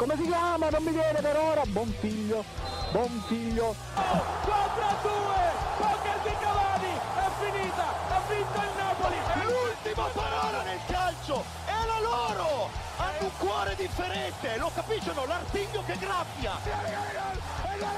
come si chiama? Non mi viene per ora. Buon figlio. 4-2, poker di Cavani, è finita, ha vinto il Napoli. È l'ultima parola nel calcio, è la loro. Hanno un cuore differente, lo capiscono, l'artiglio che graffia.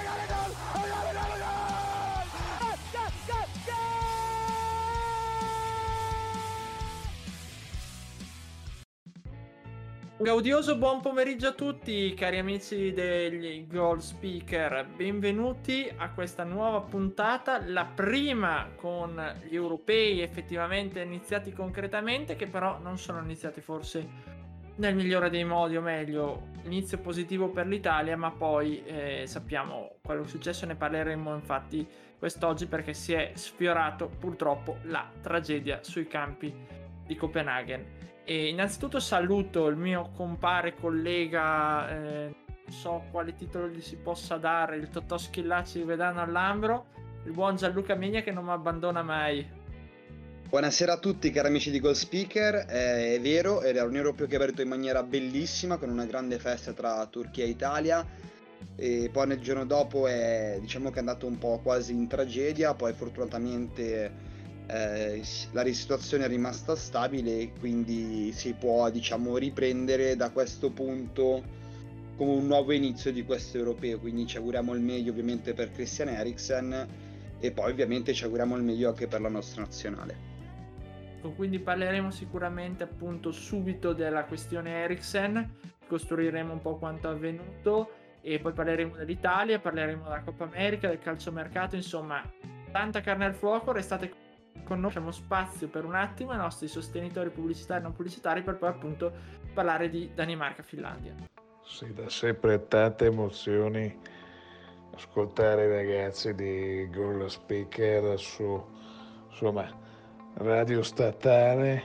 Gaudioso buon pomeriggio a tutti cari amici degli Goal Speaker, benvenuti a questa nuova puntata, la prima con gli europei effettivamente iniziati concretamente, che però non sono iniziati forse nel migliore dei modi, o meglio, inizio positivo per l'Italia, ma poi sappiamo quello che è successo, ne parleremo infatti quest'oggi perché si è sfiorato purtroppo la tragedia sui campi di Copenaghen. E innanzitutto saluto il mio compare, collega, non so quale titolo gli si possa dare, il Totò Schillaci di Vedano all'Ambro, il buon Gianluca Migna che non mi abbandona mai. Buonasera a tutti cari amici di Goal Speaker, è vero, era un europeo che è aperto in maniera bellissima con una grande festa tra Turchia e Italia e poi nel giorno dopo diciamo che è andato un po' quasi in tragedia, poi fortunatamente la situazione è rimasta stabile e quindi si può diciamo riprendere da questo punto come un nuovo inizio di questo europeo, quindi ci auguriamo il meglio ovviamente per Christian Eriksen e poi ovviamente ci auguriamo il meglio anche per la nostra nazionale. Quindi parleremo sicuramente appunto subito della questione Eriksen, costruiremo un po' quanto è avvenuto e poi parleremo dell'Italia, parleremo della Coppa America, del calciomercato, insomma tanta carne al fuoco. Restate con noi, facciamo spazio per un attimo ai nostri sostenitori pubblicitari e non pubblicitari per poi appunto parlare di Danimarca-Finlandia. Sì, da sempre tante emozioni ascoltare i ragazzi di Goal Speaker su insomma radio statale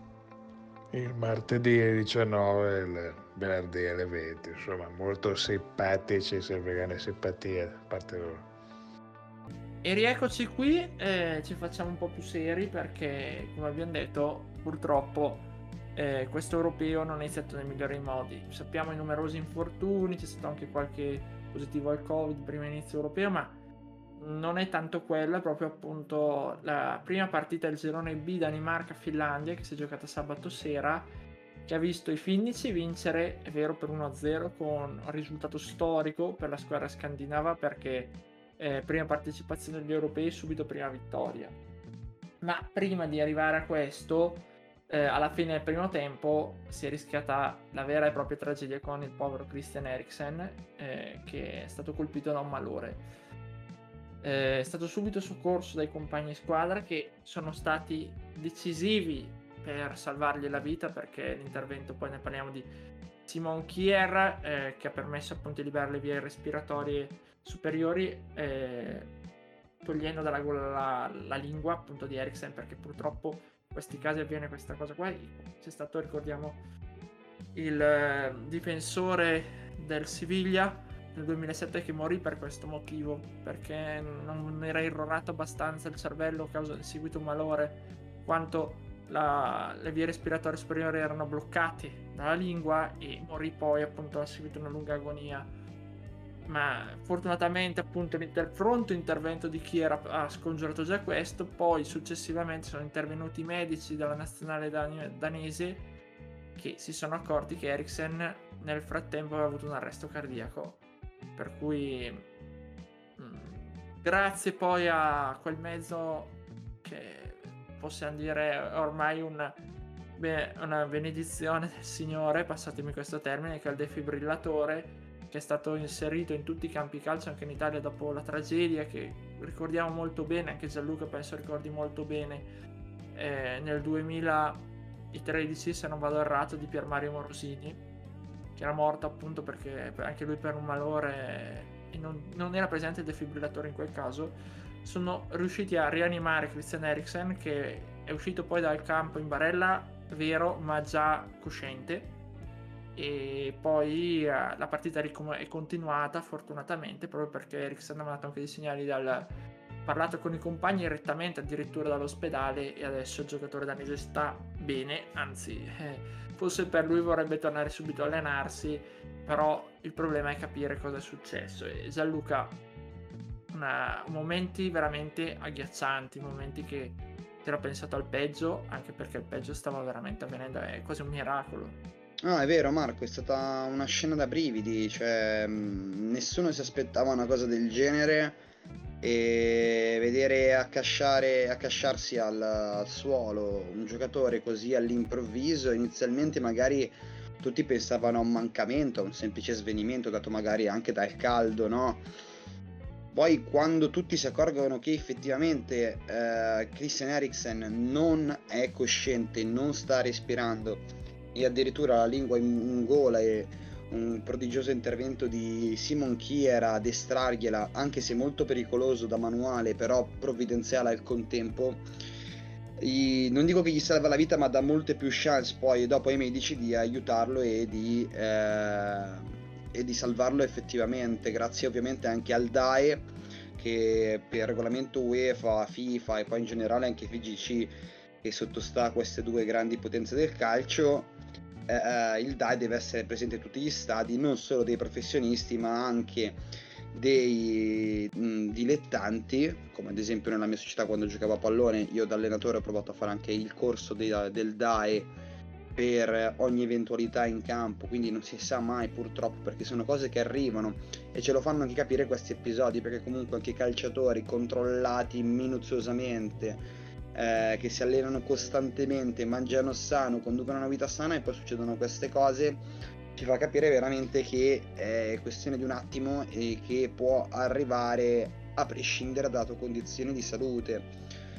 il martedì alle 19 e il venerdì alle 20, insomma molto simpatici, sempre grande simpatia da parte loro. E rieccoci qui, ci facciamo un po' più seri perché come abbiamo detto purtroppo questo europeo non è iniziato nel migliore dei modi. Sappiamo i numerosi infortuni, c'è stato anche qualche positivo al Covid prima inizio europeo, ma non è tanto quello, è proprio appunto la prima partita del girone B Danimarca-Finlandia che si è giocata sabato sera, che ha visto i finnici vincere, è vero, per 1-0 con un risultato storico per la squadra scandinava perché prima partecipazione agli europei, subito prima vittoria. Ma prima di arrivare a questo, alla fine del primo tempo si è rischiata la vera e propria tragedia con il povero Christian Eriksen che è stato colpito da un malore. È stato subito soccorso dai compagni di squadra che sono stati decisivi per salvargli la vita, perché l'intervento, poi ne parliamo, di Simon Kjær che ha permesso appunto di liberare le vie respiratorie superiori, togliendo dalla gola la lingua appunto di Eriksen, perché purtroppo in questi casi avviene questa cosa qua. C'è stato, ricordiamo, il difensore del Siviglia nel 2007 che morì per questo motivo, perché non era irrorato abbastanza il cervello in seguito a un malore, quanto le vie respiratorie superiori erano bloccate dalla lingua e morì poi appunto a seguito a una lunga agonia. Ma fortunatamente appunto il pronto intervento di Kjær ha scongiurato già questo. Poi successivamente sono intervenuti i medici della nazionale danese che si sono accorti che Eriksen nel frattempo aveva avuto un arresto cardiaco, per cui grazie poi a quel mezzo che possiamo dire ormai una benedizione del Signore, passatemi questo termine, che è il defibrillatore, che è stato inserito in tutti i campi calcio anche in Italia dopo la tragedia, che ricordiamo molto bene, anche Gianluca penso ricordi molto bene, nel 2013 se non vado errato, di Pier Mario Morosini, che era morto appunto perché anche lui per un malore e non era presente il defibrillatore in quel caso. Sono riusciti a rianimare Christian Eriksen, che è uscito poi dal campo in barella, vero, ma già cosciente, e poi la partita è continuata fortunatamente, proprio perché Eriksen ha dato anche dei segnali parlato con i compagni direttamente addirittura dall'ospedale e adesso il giocatore danese sta bene, anzi forse per lui vorrebbe tornare subito a allenarsi, però il problema è capire cosa è successo. E Gianluca, momenti veramente agghiaccianti, momenti che era pensato al peggio, anche perché il peggio stava veramente avvenendo, è quasi un miracolo. No, è vero Marco, è stata una scena da brividi, cioè nessuno si aspettava una cosa del genere e vedere accasciarsi al suolo un giocatore così all'improvviso, inizialmente magari tutti pensavano a un mancamento, a un semplice svenimento dato magari anche dal caldo, no? Poi quando tutti si accorgono che effettivamente Christian Eriksen non è cosciente, non sta respirando e addirittura la lingua in gola e un prodigioso intervento di Simon Kjær a addestrargliela, anche se molto pericoloso da manuale, però provvidenziale al contempo, non dico che gli salva la vita, ma dà molte più chance poi dopo ai medici di aiutarlo e di salvarlo effettivamente, grazie ovviamente anche al DAE che per regolamento UEFA, FIFA e poi in generale anche FIGC, che sottostà a queste due grandi potenze del calcio, il DAE deve essere presente in tutti gli stadi, non solo dei professionisti ma anche dei dilettanti, come ad esempio nella mia società quando giocavo a pallone. Io da allenatore ho provato a fare anche il corso del DAE per ogni eventualità in campo, quindi non si sa mai purtroppo, perché sono cose che arrivano e ce lo fanno anche capire questi episodi, perché comunque anche i calciatori controllati minuziosamente, che si allenano costantemente, mangiano sano, conducono una vita sana e poi succedono queste cose, ci fa capire veramente che è questione di un attimo e che può arrivare a prescindere dato condizioni di salute.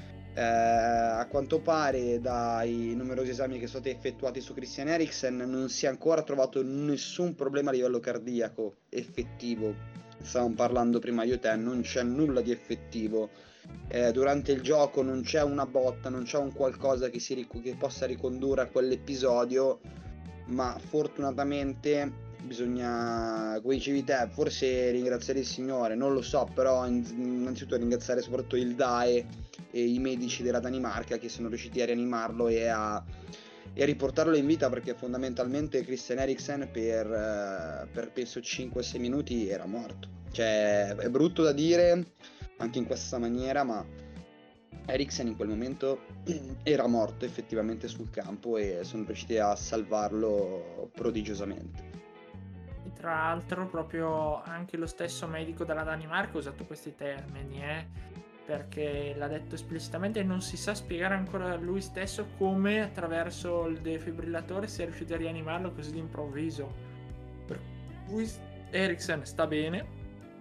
A quanto pare dai numerosi esami che sono stati effettuati su Christian Eriksen non si è ancora trovato nessun problema a livello cardiaco effettivo. Stavamo parlando prima io e te, non c'è nulla di effettivo. Durante il gioco non c'è una botta, non c'è un qualcosa che possa ricondurre a quell'episodio, ma fortunatamente bisogna, come dicevi te, forse ringraziare il Signore, non lo so, però innanzitutto ringraziare soprattutto il DAE e i medici della Danimarca che sono riusciti a rianimarlo e a riportarlo in vita, perché fondamentalmente Christian Eriksen per penso 5-6 minuti era morto. Cioè è brutto da dire anche in questa maniera, ma Eriksen in quel momento era morto effettivamente sul campo e sono riusciti a salvarlo prodigiosamente. E tra l'altro proprio anche lo stesso medico della Danimarca ha usato questi termini, perché l'ha detto esplicitamente e non si sa spiegare ancora lui stesso come attraverso il defibrillatore sia riuscito a rianimarlo così d'improvviso. Per cui Eriksen sta bene,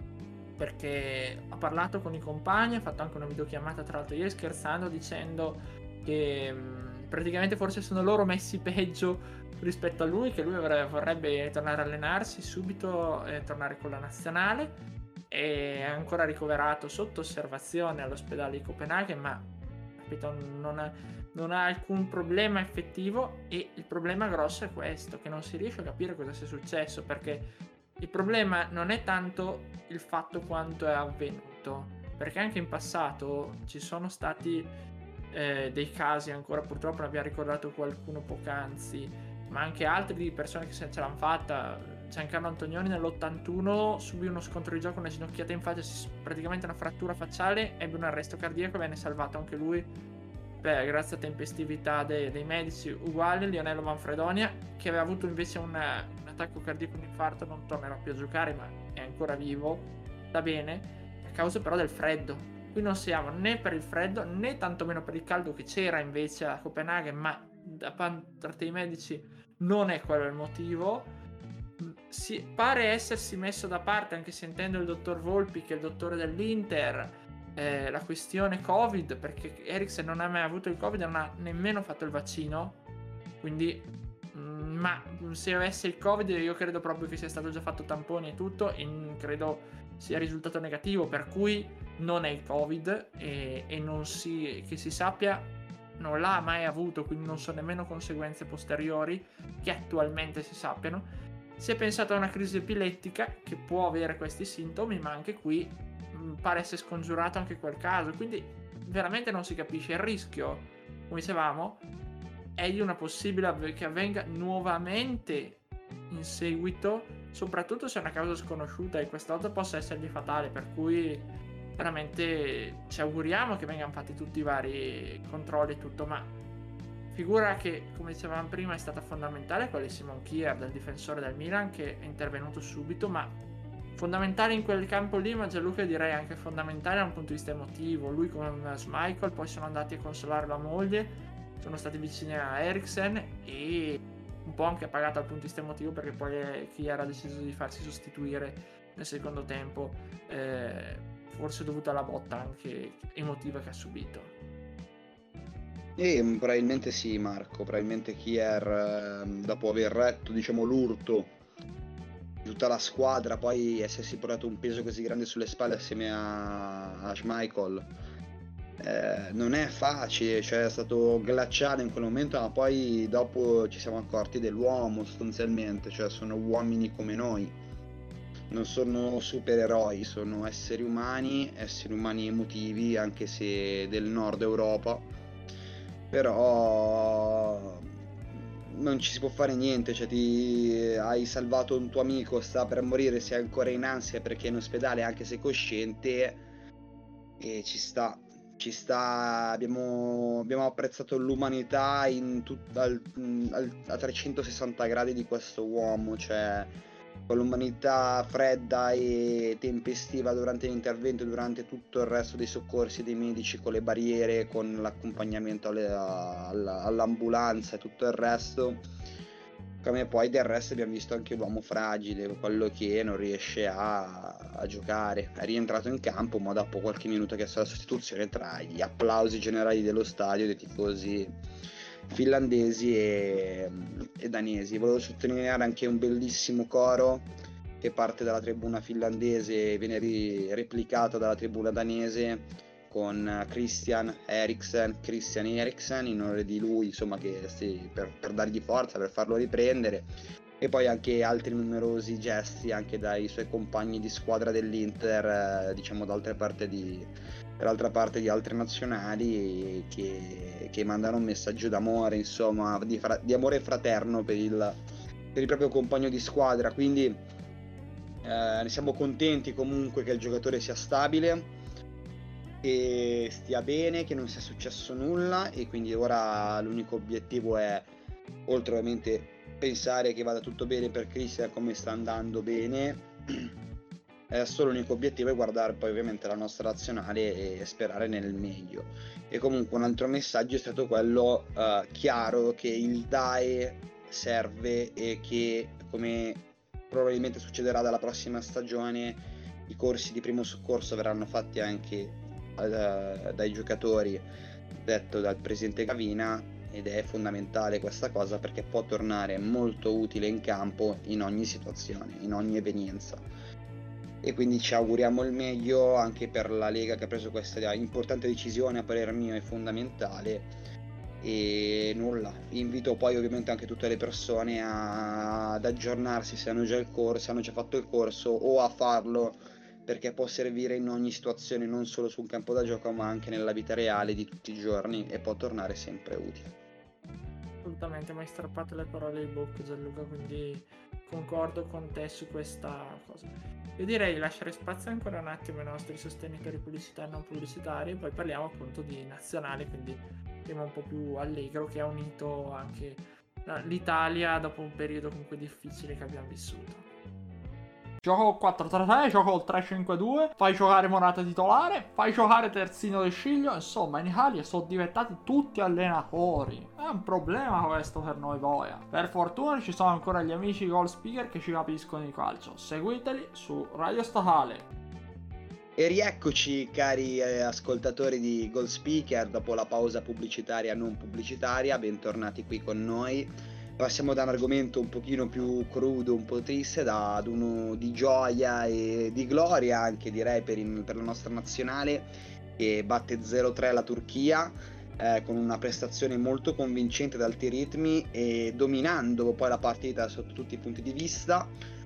perché ha parlato con i compagni, ha fatto anche una videochiamata tra l'altro ieri scherzando, dicendo che praticamente forse sono loro messi peggio rispetto a lui, che lui vorrebbe tornare a allenarsi subito e tornare con la nazionale. È ancora ricoverato sotto osservazione all'ospedale di Copenaghen, ma ripeto, non ha alcun problema effettivo, e il problema grosso è questo, che non si riesce a capire cosa sia successo, perché il problema non è tanto il fatto quanto è avvenuto, perché anche in passato ci sono stati dei casi, ancora purtroppo ne abbiamo ricordato qualcuno poc'anzi, ma anche altri di persone che se ce l'hanno fatta. Giancarlo Antonioni nell'81 subì uno scontro di gioco, una ginocchiata in faccia, praticamente una frattura facciale, ebbe un arresto cardiaco e venne salvato anche lui grazie a tempestività dei medici. Uguale Lionello Manfredonia, che aveva avuto invece un attacco cardiaco, un infarto, non tornerà più a giocare ma è ancora vivo, sta bene, a causa però del freddo. Qui non siamo né per il freddo né tantomeno per il caldo che c'era invece a Copenaghen, ma da parte dei medici non è quello il motivo. Pare essersi messo da parte, anche sentendo il dottor Volpi, che è il dottore dell'Inter, la questione Covid, perché Eriksen non ha mai avuto il Covid, non ha nemmeno fatto il vaccino, quindi ma se avesse il Covid io credo proprio che sia stato già fatto tamponi e tutto e credo sia risultato negativo, per cui non è il Covid e che si sappia non l'ha mai avuto, quindi non so nemmeno conseguenze posteriori che attualmente si sappiano. Si è pensato a una crisi epilettica che può avere questi sintomi, ma anche qui pare essere scongiurato anche quel caso, quindi veramente non si capisce. Il rischio, come dicevamo, è di una possibile che avvenga nuovamente in seguito, soprattutto se è una causa sconosciuta, e questa volta possa essergli fatale, per cui veramente ci auguriamo che vengano fatti tutti i vari controlli e tutto, ma figura che, come dicevamo prima, è stata fondamentale quella di Simon Kjær, del difensore del Milan, che è intervenuto subito, ma fondamentale in quel campo lì, ma Gianluca direi anche fondamentale da un punto di vista emotivo. Lui con Schmeichel poi sono andati a consolare la moglie, sono stati vicini a Eriksen, e un po' anche pagato dal punto di vista emotivo, perché poi Kjær ha deciso di farsi sostituire nel secondo tempo, forse dovuta alla botta anche emotiva che ha subito. Probabilmente sì, Marco, probabilmente Kjær, dopo aver retto, diciamo, l'urto di tutta la squadra, poi essersi portato un peso così grande sulle spalle assieme a Schmeichel, non è facile, cioè è stato glaciale in quel momento, ma poi dopo ci siamo accorti dell'uomo sostanzialmente, cioè sono uomini come noi, non sono supereroi, sono esseri umani emotivi, anche se del nord Europa, però non ci si può fare niente, cioè hai salvato un tuo amico, sta per morire, sei ancora in ansia perché è in ospedale, anche se cosciente, e ci sta, abbiamo apprezzato l'umanità a 360 gradi di questo uomo, cioè con l'umanità fredda e tempestiva durante l'intervento, durante tutto il resto dei soccorsi dei medici, con le barriere, con l'accompagnamento all'ambulanza e tutto il resto, come poi del resto abbiamo visto anche l'uomo fragile, quello che non riesce a giocare, è rientrato in campo, ma dopo qualche minuto che è stata la sostituzione, tra gli applausi generali dello stadio dei tifosi finlandesi e danesi. Volevo sottolineare anche un bellissimo coro che parte dalla tribuna finlandese e viene replicato dalla tribuna danese, con Christian Eriksen, in onore di lui, insomma, che per dargli forza, per farlo riprendere, e poi anche altri numerosi gesti anche dai suoi compagni di squadra dell'Inter, diciamo dall'altra parte di altre nazionali, che mandano un messaggio d'amore, insomma, di amore fraterno per il proprio compagno di squadra. Quindi ne siamo contenti comunque che il giocatore sia stabile, che stia bene, che non sia successo nulla, e quindi ora l'unico obiettivo è, oltre ovviamente pensare che vada tutto bene per Christian come sta andando bene, adesso l'unico obiettivo è guardare poi ovviamente la nostra nazionale e sperare nel meglio. E comunque un altro messaggio è stato quello chiaro, che il DAE serve, e che, come probabilmente succederà dalla prossima stagione, i corsi di primo soccorso verranno fatti anche dai giocatori, detto dal presidente Gavina, ed è fondamentale questa cosa, perché può tornare molto utile in campo in ogni situazione, in ogni evenienza. E quindi ci auguriamo il meglio anche per la Lega, che ha preso questa importante decisione, a parer mio è fondamentale. E nulla, invito poi ovviamente anche tutte le persone ad aggiornarsi se hanno già fatto il corso, o a farlo, perché può servire in ogni situazione, non solo su un campo da gioco, ma anche nella vita reale di tutti i giorni, e può tornare sempre utile. Assolutamente, mi hai strappato le parole di bocca, Gianluca, quindi concordo con te su questa cosa. Io direi di lasciare spazio ancora un attimo ai nostri sostenitori pubblicitari e non pubblicitari, e poi parliamo appunto di nazionale, quindi tema un po' più allegro, che ha unito anche l'Italia dopo un periodo comunque difficile che abbiamo vissuto. Gioco 4-3-3, gioco 3-5-2, fai giocare Morata titolare, fai giocare Terzino del Sciglio, insomma in Italia sono diventati tutti allenatori. È un problema questo per noi boia. Per fortuna ci sono ancora gli amici Goal Speaker che ci capiscono di calcio. Seguiteli su Radio Statale. E rieccoci, cari ascoltatori di Goal Speaker, dopo la pausa pubblicitaria non pubblicitaria, bentornati qui con noi. Passiamo da un argomento un pochino più crudo, un po' triste, ad uno di gioia e di gloria anche, direi, per la nostra nazionale, che batte 0-3 la Turchia, con una prestazione molto convincente ad alti ritmi e dominando poi la partita sotto tutti i punti di vista.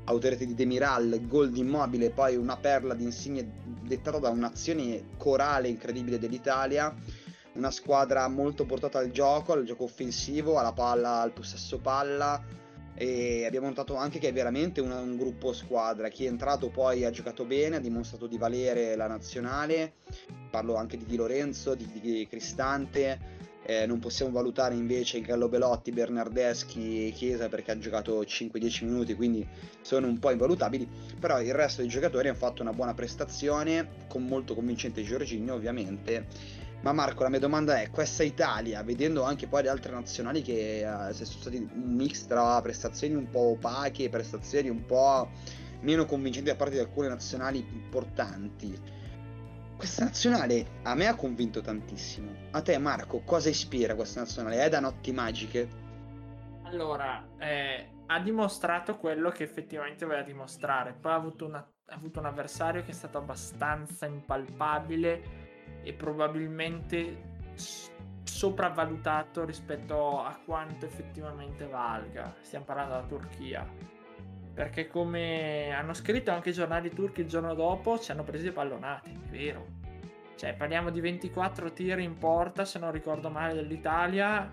autorete di Demiral, gol di Immobile, poi una perla di Insigne dettata da un'azione corale incredibile dell'Italia. Una squadra molto portata al gioco offensivo, alla palla, al possesso palla, e abbiamo notato anche che è veramente un gruppo squadra. Chi è entrato poi ha giocato bene, ha dimostrato di valere la nazionale. Parlo anche di Di Lorenzo, di Cristante. Non possiamo valutare invece il Gallo Belotti, Bernardeschi e Chiesa perché ha giocato 5-10 minuti, quindi sono un po' invalutabili, però il resto dei giocatori hanno fatto una buona prestazione, con molto convincente Jorginho ovviamente. Ma Marco, la mia domanda è, questa Italia, vedendo anche poi le altre nazionali che sono stati un mix tra prestazioni un po' opache e prestazioni un po' meno convincenti da parte di alcune nazionali importanti, questa nazionale a me ha convinto tantissimo. A te Marco, cosa ispira questa nazionale? È da notti magiche? Allora, ha dimostrato quello che effettivamente voleva dimostrare. Poi ha avuto un avversario che è stato abbastanza impalpabile e probabilmente sopravvalutato rispetto a quanto effettivamente valga. Stiamo parlando della Turchia, perché come hanno scritto anche i giornali turchi il giorno dopo, ci hanno presi dei pallonati, è vero. Cioè, parliamo di 24 tiri in porta, se non ricordo male, dell'Italia,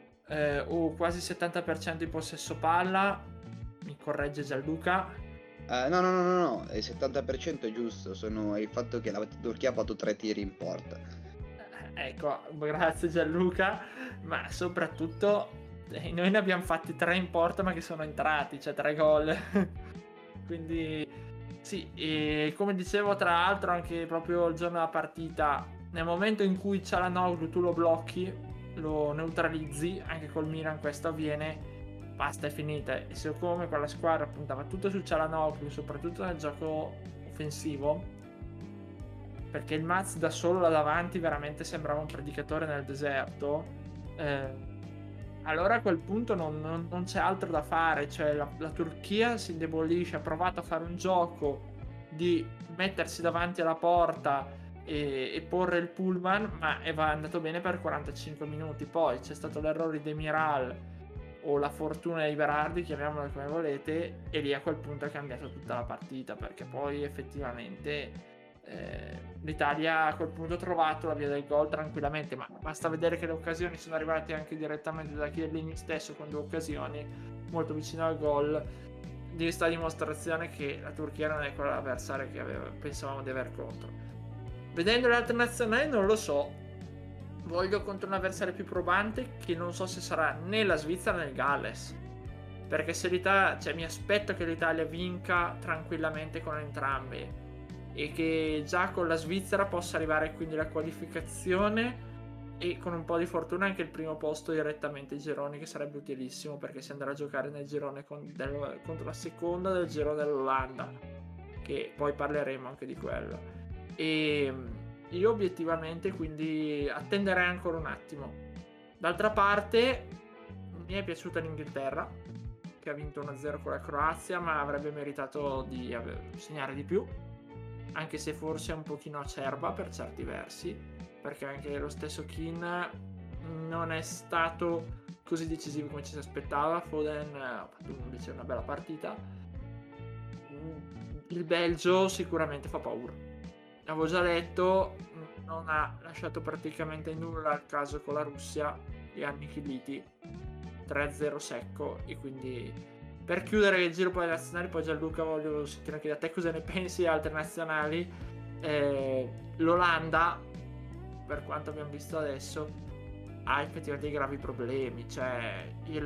o quasi 70% di possesso palla. Mi corregge Gianluca. No, il 70% è giusto, sono il fatto che la Turchia ha fatto 3 tiri in porta. Ecco, grazie Gianluca, ma soprattutto noi ne abbiamo fatti 3 in porta, ma che sono entrati, cioè 3 gol. Quindi sì, e come dicevo tra l'altro anche proprio il giorno della partita, nel momento in cui Çalhanoğlu tu lo blocchi, lo neutralizzi, anche col Milan questo avviene, basta, è finita. E siccome quella squadra puntava tutto su Çalhanoğlu, soprattutto nel gioco offensivo, perché il Maz da solo là davanti veramente sembrava un predicatore nel deserto, allora a quel punto non c'è altro da fare. Cioè la Turchia si indebolisce, ha provato a fare un gioco di mettersi davanti alla porta e porre il pullman, ma è andato bene per 45 minuti. Poi c'è stato l'errore di Demiral o la fortuna di Berardi, chiamiamolo come volete, e lì a quel punto è cambiata tutta la partita, perché poi effettivamente l'Italia a quel punto ha trovato la via del gol tranquillamente, ma basta vedere che le occasioni sono arrivate anche direttamente da Chiellini stesso, con 2 occasioni molto vicino al gol, di questa dimostrazione che la Turchia non è quell'avversario che pensavamo di aver contro. Vedendo le altre nazionali non lo so, voglio contro un avversario più probante, che non so se sarà né la Svizzera né il Galles, perché se l'Italia, cioè mi aspetto che l'Italia vinca tranquillamente con entrambi e che già con la Svizzera possa arrivare quindi la qualificazione e con un po' di fortuna anche il primo posto direttamente ai gironi, che sarebbe utilissimo, perché si andrà a giocare nel girone contro la seconda del girone dell'Olanda, che poi parleremo anche di quello. E io obiettivamente quindi attenderei ancora un attimo. D'altra parte mi è piaciuta l'Inghilterra, che ha vinto 1-0 con la Croazia, ma avrebbe meritato di segnare di più, anche se forse è un pochino acerba per certi versi, perché anche lo stesso Keane non è stato così decisivo come ci si aspettava. Foden ha fatto invece una bella partita. Il Belgio sicuramente fa paura, avevo già detto, non ha lasciato praticamente nulla al caso con la Russia, li ha annichiliti 3-0 secco. E quindi, per chiudere il giro poi delle nazionali, poi Gianluca voglio sentire anche da te cosa ne pensi di altre nazionali. L'Olanda, per quanto abbiamo visto adesso, ha effettivamente dei gravi problemi. Cioè il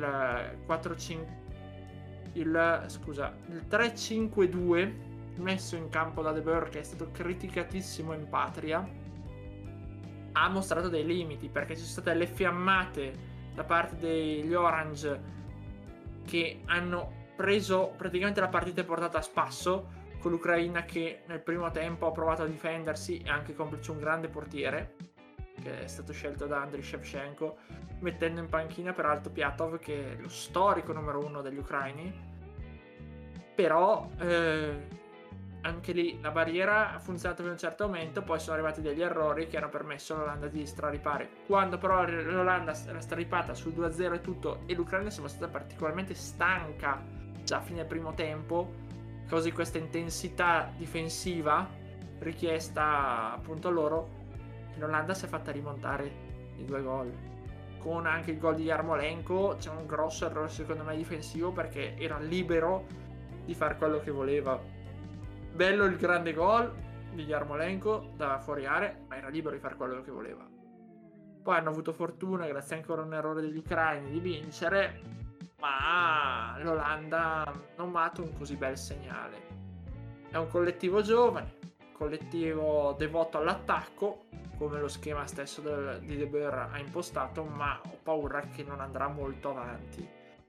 3-5-2 messo in campo da De Boer, che è stato criticatissimo in patria, ha mostrato dei limiti, perché ci sono state le fiammate da parte degli Orange che hanno preso praticamente la partita e portata a spasso, con l'Ucraina che nel primo tempo ha provato a difendersi, e anche complice un grande portiere che è stato scelto da Andriy Shevchenko, mettendo in panchina peraltro Piatov, che è lo storico numero 1 degli ucraini. Però anche lì la barriera ha funzionato per un certo momento, poi sono arrivati degli errori che hanno permesso all'Olanda di straripare. Quando però l'Olanda era straripata sul 2-0 e tutto, e l'Ucraina sembra stata particolarmente stanca già a fine primo tempo, così questa intensità difensiva richiesta appunto a loro, l'Olanda si è fatta rimontare i 2 gol. Con anche il gol di Yarmolenko c'è un grosso errore secondo me difensivo, perché era libero di fare quello che voleva. Bello il grande gol di Yarmolenko da fuori area, ma era libero di fare quello che voleva. Poi hanno avuto fortuna, grazie anche a un errore degli ucraini, di vincere, ma l'Olanda non mi ha dato un così bel segnale. È un collettivo giovane, collettivo devoto all'attacco, come lo schema stesso di De Boer ha impostato, ma ho paura che non andrà molto avanti.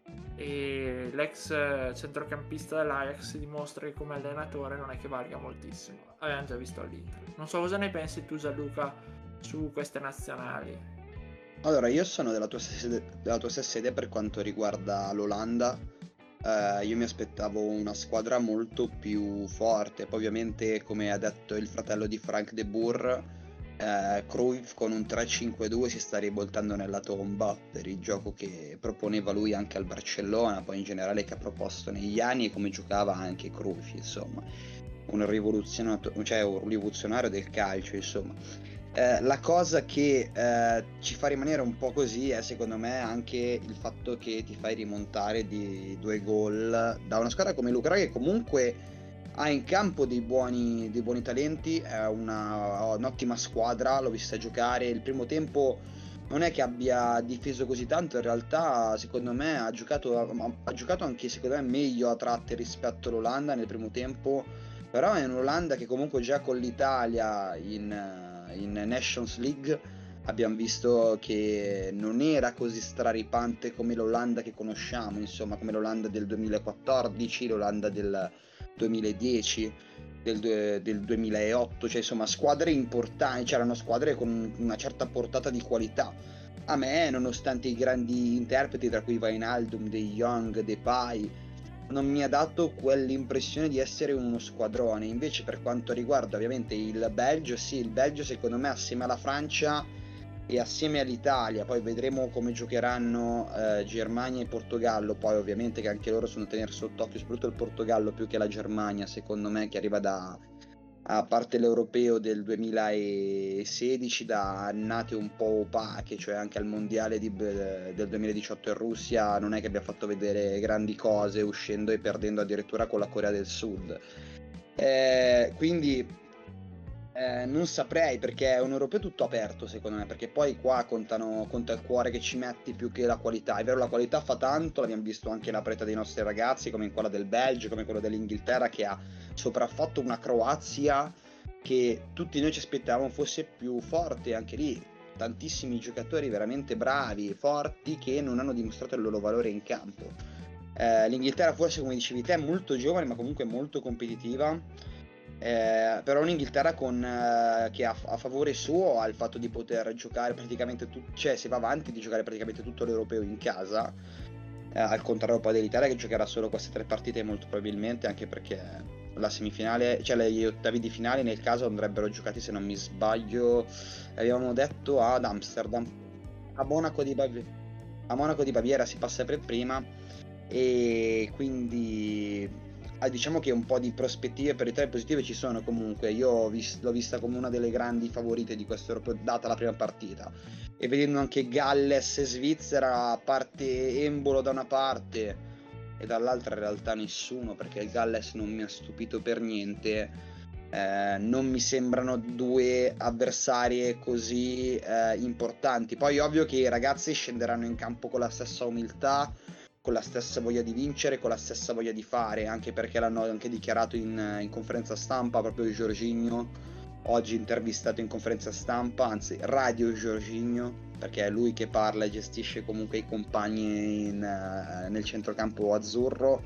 E l'ex centrocampista dell'Ajax dimostra che come allenatore non è che valga moltissimo. Abbiamo già visto all'Inter. Non so cosa ne pensi tu, Gianluca, su queste nazionali. Allora, io sono della tua stessa idea per quanto riguarda l'Olanda. Io mi aspettavo una squadra molto più forte. Poi ovviamente, come ha detto il fratello di Frank de Boer, Cruyff con un 3-5-2 si sta rivoltando nella tomba per il gioco che proponeva lui anche al Barcellona, poi in generale che ha proposto negli anni, e come giocava anche Cruyff, insomma un rivoluzionario del calcio, insomma. La cosa che ci fa rimanere un po' così è secondo me anche il fatto che ti fai rimontare di 2 gol da una squadra come l'Ucraina, che comunque ha in campo dei buoni talenti, è un'ottima squadra, l'ho vista giocare. Il primo tempo non è che abbia difeso così tanto, in realtà secondo me ha giocato anche secondo me meglio a tratti rispetto all'Olanda nel primo tempo, però è un'Olanda che comunque già con l'Italia in Nations League abbiamo visto che non era così straripante come l'Olanda che conosciamo, insomma come l'Olanda del 2014, l'Olanda del 2010, del 2008, cioè insomma squadre importanti, c'erano squadre con una certa portata di qualità. A me, nonostante i grandi interpreti tra cui Wijnaldum, De Jong, Depay, non mi ha dato quell'impressione di essere uno squadrone. Invece per quanto riguarda ovviamente il Belgio, sì, il Belgio secondo me assieme alla Francia e assieme all'Italia, poi vedremo come giocheranno Germania e Portogallo, poi ovviamente che anche loro sono da tenere sott'occhio, soprattutto il Portogallo più che la Germania secondo me, che arriva a parte l'europeo del 2016 da annate un po' opache, cioè anche al mondiale del 2018 in Russia non è che abbia fatto vedere grandi cose, uscendo e perdendo addirittura con la Corea del Sud. Quindi non saprei, perché è un europeo tutto aperto secondo me, perché poi qua conta il cuore che ci metti più che la qualità. È vero, la qualità fa tanto, l'abbiamo visto anche nella preta dei nostri ragazzi, come in quella del Belgio, come quello dell'Inghilterra, che ha sopraffatto una Croazia che tutti noi ci aspettavamo fosse più forte. Anche lì tantissimi giocatori veramente bravi, forti, che non hanno dimostrato il loro valore in campo. L'Inghilterra forse, come dicevi te, è molto giovane ma comunque molto competitiva. Però un'Inghilterra che a favore suo ha il fatto di poter giocare praticamente cioè se va avanti di giocare praticamente tutto l'europeo in casa, al contrario poi dell'Italia che giocherà solo queste 3 partite molto probabilmente, anche perché la semifinale, cioè gli ottavi di finale nel caso andrebbero giocati, se non mi sbaglio avevamo detto ad Amsterdam, a Monaco di Baviera si passa per prima, e quindi diciamo che un po' di prospettive per l'Italia positive ci sono comunque. Io l'ho vista come una delle grandi favorite di questo europeo data la prima partita, e vedendo anche Galles e Svizzera, a parte Embolo da una parte e dall'altra in realtà nessuno, perché il Galles non mi ha stupito per niente. Non mi sembrano 2 avversarie così importanti. Poi ovvio che i ragazzi scenderanno in campo con la stessa umiltà, con la stessa voglia di vincere, con la stessa voglia di fare, anche perché l'hanno anche dichiarato in conferenza stampa proprio Jorginho, oggi intervistato in conferenza stampa, anzi Radio Jorginho, perché è lui che parla e gestisce comunque i compagni nel centrocampo azzurro.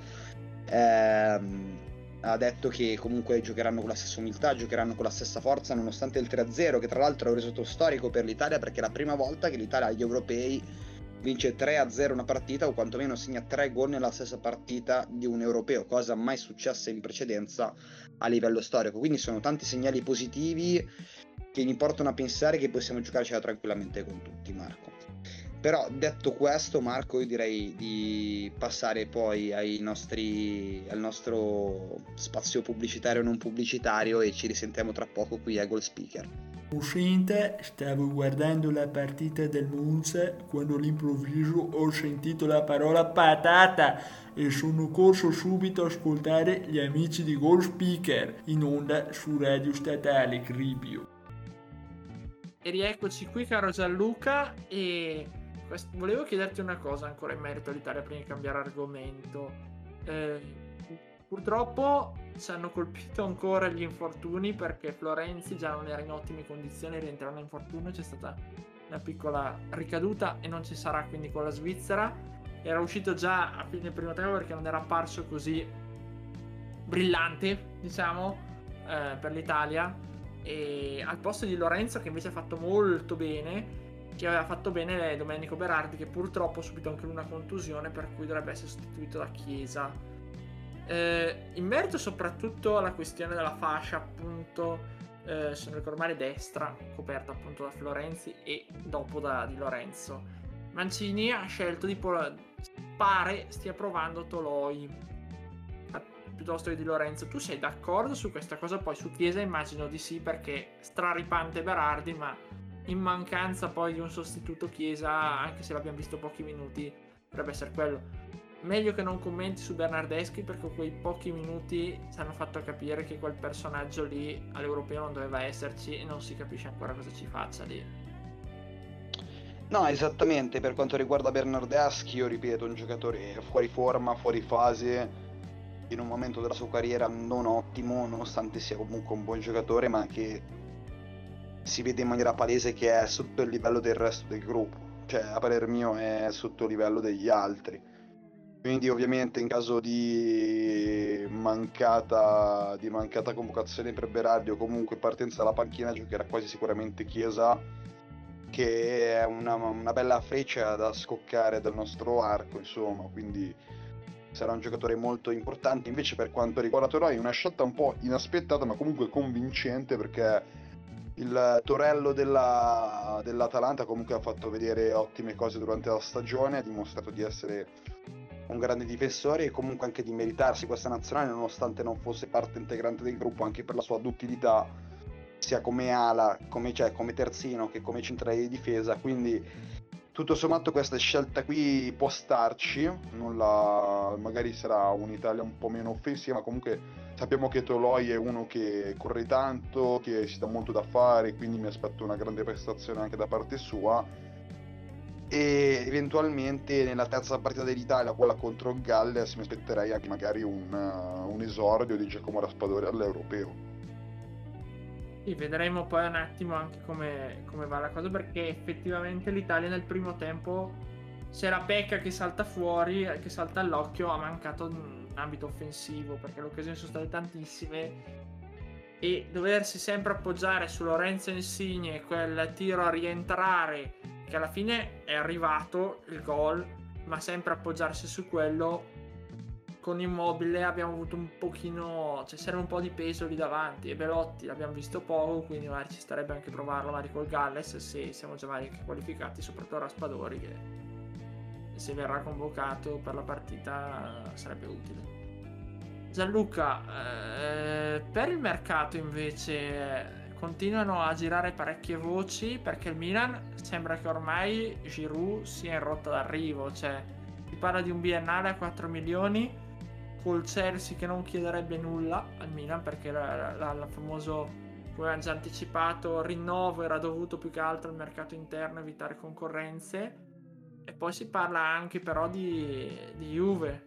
Ha detto che comunque giocheranno con la stessa umiltà, giocheranno con la stessa forza, nonostante il 3-0, che tra l'altro è un risultato storico per l'Italia, perché è la prima volta che l'Italia agli europei vince 3-0 una partita, o quantomeno segna 3 gol nella stessa partita di un europeo, cosa mai successa in precedenza a livello storico. Quindi sono tanti segnali positivi che mi portano a pensare che possiamo giocarcela tranquillamente con tutti, Marco. Però detto questo, Marco, io direi di passare poi al nostro spazio pubblicitario e non pubblicitario, e ci risentiamo tra poco qui a Goal Speaker. Uscente, stavo guardando la partita del Monza quando all'improvviso ho sentito la parola patata e sono corso subito a ascoltare gli amici di Goal Speaker in onda su Radio Statale Cribio. E rieccoci qui, caro Gianluca, e volevo chiederti una cosa ancora in merito all'Italia prima di cambiare argomento. Purtroppo ci hanno colpito ancora gli infortuni, perché Florenzi già non era in ottime condizioni, rientrando in infortunio, c'è stata una piccola ricaduta e non ci sarà quindi con la Svizzera. Era uscito già a fine primo tempo perché non era apparso così brillante, diciamo, per l'Italia, e al posto di Lorenzo, che invece ha fatto molto bene, che aveva fatto bene Domenico Berardi, che purtroppo ha subito anche una contusione, per cui dovrebbe essere sostituito da Chiesa. In merito soprattutto alla questione della fascia, appunto, se non ricordo male, destra, coperta appunto da Florenzi e dopo di Lorenzo, Mancini ha scelto pare stia provando Toloi piuttosto che di Lorenzo. Tu sei d'accordo su questa cosa? Poi su Chiesa immagino di sì, perché straripante Berardi, ma in mancanza poi di un sostituto Chiesa, anche se l'abbiamo visto pochi minuti, dovrebbe essere quello. Meglio che non commenti su Bernardeschi, perché quei pochi minuti ci hanno fatto capire che quel personaggio lì all'europeo non doveva esserci e non si capisce ancora cosa ci faccia lì. No, esattamente, per quanto riguarda Bernardeschi, io ripeto, un giocatore fuori forma, fuori fase, in un momento della sua carriera non ottimo, nonostante sia comunque un buon giocatore, ma che si vede in maniera palese che è sotto il livello del resto del gruppo, cioè a parer mio è sotto il livello degli altri. Quindi ovviamente in caso di mancata convocazione per Berardi, o comunque partenza dalla panchina, giocherà quasi sicuramente Chiesa, che è una bella freccia da scoccare dal nostro arco, insomma, quindi sarà un giocatore molto importante. Invece per quanto riguarda Toloi, una scelta un po' inaspettata ma comunque convincente, perché il Torello dell'Atalanta comunque ha fatto vedere ottime cose durante la stagione, ha dimostrato di essere un grande difensore e comunque anche di meritarsi questa nazionale, nonostante non fosse parte integrante del gruppo, anche per la sua duttilità sia come ala, come terzino, che come centrale di difesa. Quindi tutto sommato questa scelta qui può starci, magari sarà un'Italia un po' meno offensiva, ma comunque sappiamo che Toloi è uno che corre tanto, che si dà molto da fare, quindi mi aspetto una grande prestazione anche da parte sua. E eventualmente nella terza partita dell'Italia, quella contro il Galles, mi aspetterei anche magari un esordio di Giacomo Raspadori all'europeo. Sì, vedremo poi un attimo anche come va la cosa, perché effettivamente l'Italia nel primo tempo, se la Pecca che salta fuori, che salta all'occhio, ha mancato in ambito offensivo, perché le occasioni sono state tantissime e doversi sempre appoggiare su Lorenzo Insigne, quel tiro a rientrare che alla fine è arrivato il gol, ma sempre appoggiarsi su quello. Con Immobile abbiamo avuto un pochino, cioè serve un po' di peso lì davanti, e Belotti l'abbiamo visto poco, quindi magari ci starebbe anche provarlo magari col Galles, se siamo già magari anche qualificati, soprattutto Raspadori, che se verrà convocato per la partita sarebbe utile. Gianluca, per il mercato invece continuano a girare parecchie voci, perché il Milan sembra che ormai Giroud sia in rotta d'arrivo, cioè si parla di un biennale a 4 milioni col Chelsea che non chiederebbe nulla al Milan, perché la famoso, come abbiamo già anticipato, rinnovo era dovuto più che altro al mercato interno, evitare concorrenze. E poi si parla anche però di Juve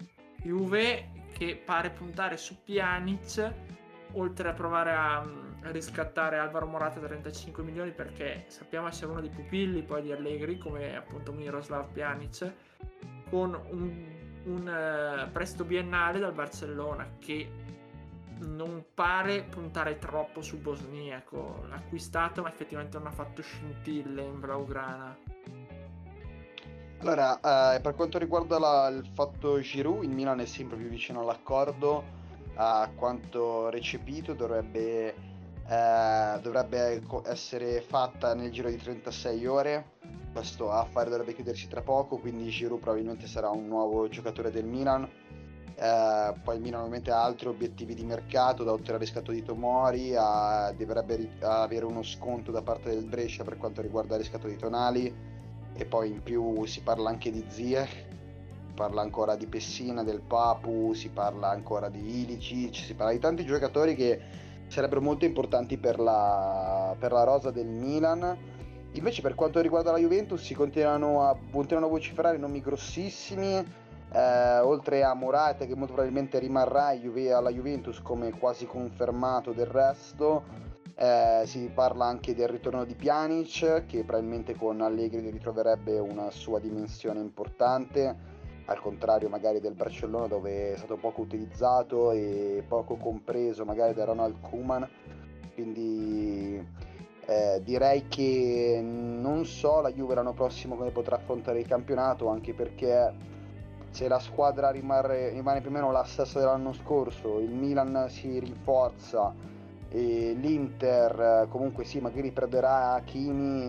che pare puntare su Pjanic, oltre a provare a riscattare Alvaro Morata a 35 milioni, perché sappiamo essere uno dei pupilli poi di Allegri, come appunto Miroslav Pjanic, con un prestito biennale dal Barcellona, che non pare puntare troppo sul bosniaco. L'ha acquistato ma effettivamente non ha fatto scintille in Blaugrana. Allora, per quanto riguarda il fatto Giroud, il Milan è sempre più vicino all'accordo. A quanto recepito dovrebbe essere fatta nel giro di 36 ore. questo affare dovrebbe chiudersi tra poco, quindi Giroud probabilmente sarà un nuovo giocatore del Milan. Poi il Milan ovviamente ha altri obiettivi di mercato, da oltre al riscatto di Tomori dovrebbe avere uno sconto da parte del Brescia per quanto riguarda il riscatto di Tonali, e poi in più si parla anche di Ziyech, si parla ancora di Pessina, del Papu, si parla ancora di Ilicic, si parla di tanti giocatori che sarebbero molto importanti per la rosa del Milan. Invece per quanto riguarda la Juventus si continuano a vociferare nomi grossissimi, oltre a Morata, che molto probabilmente rimarrà alla Juventus come quasi confermato. Del resto si parla anche del ritorno di Pjanic, che probabilmente con Allegri ritroverebbe una sua dimensione importante, al contrario magari del Barcellona, dove è stato poco utilizzato e poco compreso magari da Ronald Koeman. Quindi direi che non so la Juve l'anno prossimo come potrà affrontare il campionato, anche perché se la squadra rimane più o meno la stessa dell'anno scorso, il Milan si rinforza e l'Inter comunque sì, magari perderà Hakimi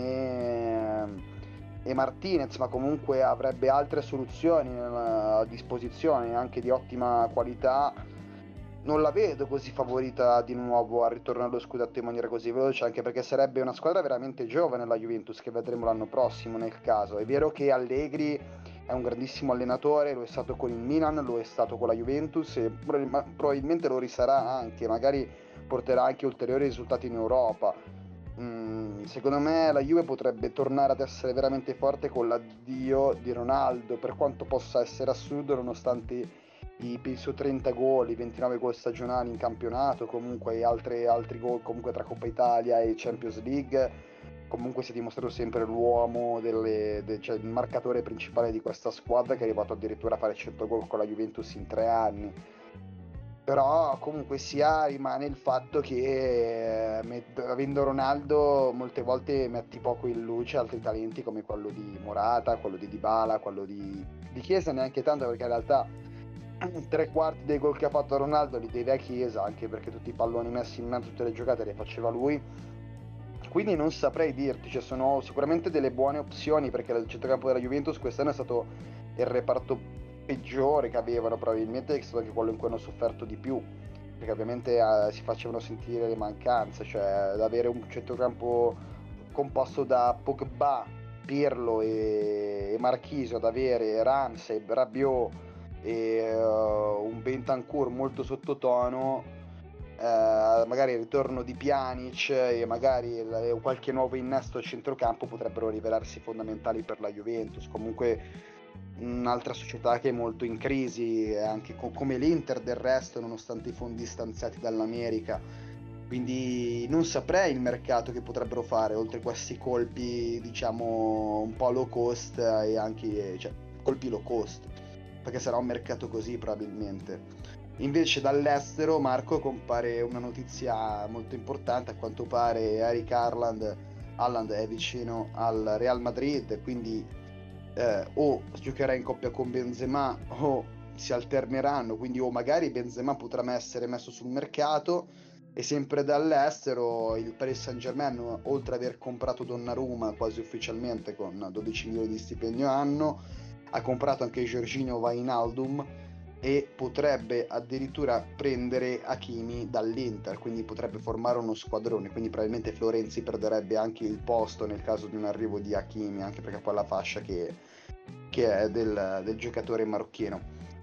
e Martinez, ma comunque avrebbe altre soluzioni a disposizione anche di ottima qualità, non la vedo così favorita di nuovo al ritorno allo scudetto in maniera così veloce, anche perché sarebbe una squadra veramente giovane la Juventus, che vedremo l'anno prossimo nel caso. È vero che Allegri è un grandissimo allenatore, lo è stato con il Milan, lo è stato con la Juventus e probabilmente lo risarà anche, magari porterà anche ulteriori risultati in Europa. Secondo me la Juve potrebbe tornare ad essere veramente forte con l'addio di Ronaldo, per quanto possa essere assurdo, nonostante i penso 30 gol, i 29 gol stagionali in campionato, comunque altri gol comunque tra Coppa Italia e Champions League. Comunque si è dimostrato sempre l'uomo, cioè il marcatore principale di questa squadra, che è arrivato addirittura a fare 100 gol con la Juventus in 3 anni. Però comunque sia, rimane il fatto che avendo Ronaldo molte volte metti poco in luce altri talenti come quello di Morata, quello di Dybala, quello di Chiesa, neanche tanto, perché in realtà 3/4 dei gol che ha fatto Ronaldo li deve a Chiesa, anche perché tutti i palloni messi in mezzo, tutte le giocate le faceva lui. Quindi non saprei dirti, ci sono sicuramente delle buone opzioni, perché il centrocampo della Juventus quest'anno è stato il reparto peggiore che avevano, probabilmente è stato anche quello in cui hanno sofferto di più, perché ovviamente si facevano sentire le mancanze, cioè ad avere un centrocampo composto da Pogba, Pirlo e Marchisio, ad avere Ramsey, Rabiot e un Bentancur molto sottotono, magari il ritorno di Pjanic e magari qualche nuovo innesto a centrocampo potrebbero rivelarsi fondamentali per la Juventus. Comunque un'altra società che è molto in crisi, anche come l'Inter del resto, nonostante i fondi stanziati dall'America. Quindi non saprei il mercato che potrebbero fare oltre questi colpi, diciamo, un po' low cost, e anche colpi low cost, perché sarà un mercato così probabilmente. Invece dall'estero, Marco, compare una notizia molto importante. A quanto pare Eric Haaland è vicino al Real Madrid, quindi o giocherà in coppia con Benzema o si alterneranno, quindi o magari Benzema potrà essere messo sul mercato. E sempre dall'estero il Paris Saint-Germain, oltre ad aver comprato Donnarumma quasi ufficialmente con 12 milioni di stipendio anno, ha comprato anche Jorginho Wijnaldum e potrebbe addirittura prendere Hakimi dall'Inter, quindi potrebbe formare uno squadrone. Quindi probabilmente Florenzi perderebbe anche il posto nel caso di un arrivo di Hakimi, anche perché poi la fascia che è del giocatore marocchino.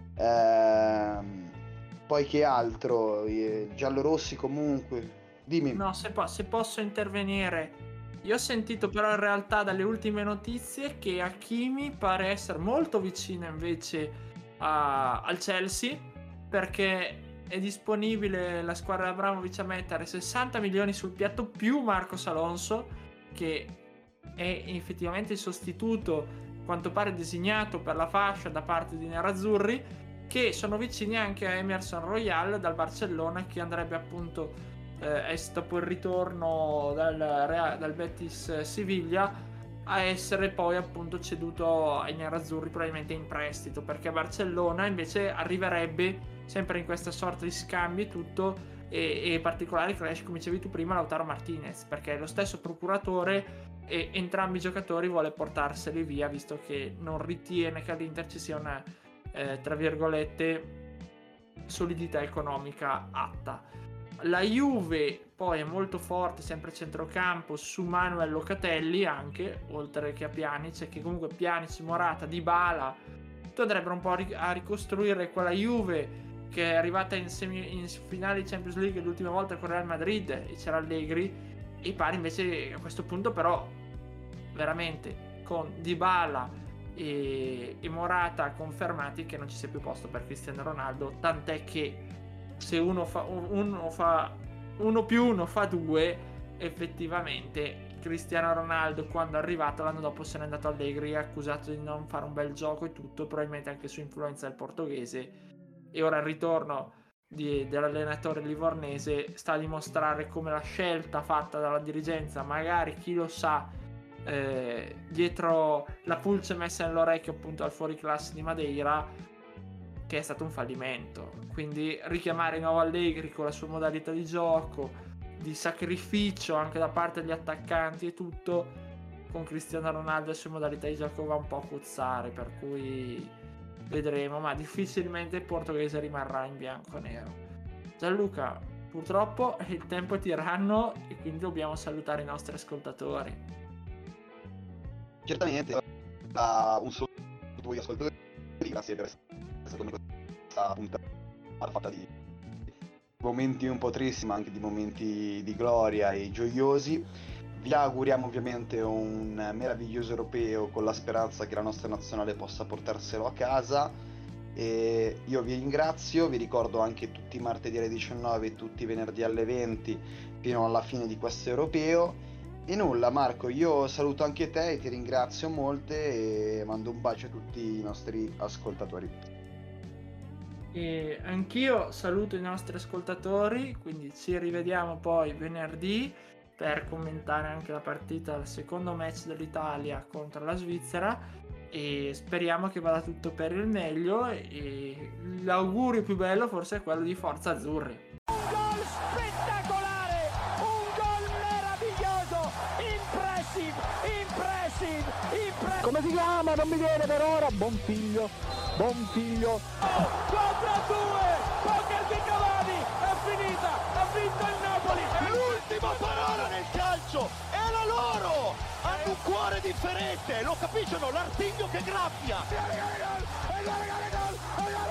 Poi che altro? Giallorossi comunque, dimmi. No, se posso intervenire. Io ho sentito però in realtà dalle ultime notizie che Hakimi pare essere molto vicino invece al Chelsea, perché è disponibile la squadra di Abramovich a mettere 60 milioni sul piatto più Marcos Alonso, che è effettivamente il sostituto, a quanto pare designato per la fascia da parte di Nerazzurri, che sono vicini anche a Emerson Royal dal Barcellona, che andrebbe appunto dopo il ritorno dal Betis Siviglia a essere poi appunto ceduto ai nerazzurri, probabilmente in prestito, perché Barcellona invece arriverebbe sempre in questa sorta di scambi e tutto, e particolare cresce, come dicevi tu prima, Lautaro Martinez, perché lo stesso procuratore e entrambi i giocatori vuole portarseli via, visto che non ritiene che all'Inter ci sia una tra virgolette solidità economica atta. La Juve poi è molto forte, sempre a centrocampo, su Manuel Locatelli anche, oltre che a Pjanic, che comunque Pjanic, Morata, Dybala andrebbero un po' a ricostruire quella Juve che è arrivata in finale di Champions League l'ultima volta con Real Madrid e c'era Allegri, e pare invece a questo punto però veramente con Dybala e Morata confermati che non ci sia più posto per Cristiano Ronaldo, tant'è che se uno più uno fa 2, effettivamente Cristiano Ronaldo quando è arrivato l'anno dopo se n'è andato Allegri, accusato di non fare un bel gioco e tutto, probabilmente anche su influenza del portoghese, e ora il ritorno dell'allenatore livornese sta a dimostrare come la scelta fatta dalla dirigenza, magari chi lo sa, dietro la pulce messa nell'orecchio appunto al fuoriclasse di Madeira, che è stato un fallimento. Quindi richiamare di nuovo Allegri con la sua modalità di gioco, di sacrificio anche da parte degli attaccanti e tutto, con Cristiano Ronaldo e le sue modalità di gioco va un po' a cozzare, per cui vedremo, ma difficilmente il portoghese rimarrà in bianco e nero. Gianluca, purtroppo il tempo è tiranno e quindi dobbiamo salutare i nostri ascoltatori. Certamente, un saluto a voi ascoltatori, grazie per essere stato con questa puntata fatta di momenti un po' tristi ma anche di momenti di gloria e gioiosi. Vi auguriamo ovviamente un meraviglioso europeo con la speranza che la nostra nazionale possa portarselo a casa, e io vi ringrazio, vi ricordo anche tutti i martedì alle 19 e tutti i venerdì alle 20 fino alla fine di questo europeo. E nulla Marco, io saluto anche te e ti ringrazio molto e mando un bacio a tutti i nostri ascoltatori. E anch'io saluto i nostri ascoltatori, quindi ci rivediamo poi venerdì per commentare anche la partita del secondo match dell'Italia contro la Svizzera, e speriamo che vada tutto per il meglio, e l'augurio più bello forse è quello di Forza Azzurri. Un gol spettacolare, un gol meraviglioso, impressive. Come si chiama? Non mi viene per ora. Buon figlio. 4-2, poker di Cavani, è finita, ha vinto il Napoli. L'ultima parola nel calcio è la loro. Hanno un cuore differente, lo capiscono, l'artiglio che graffia. Gol!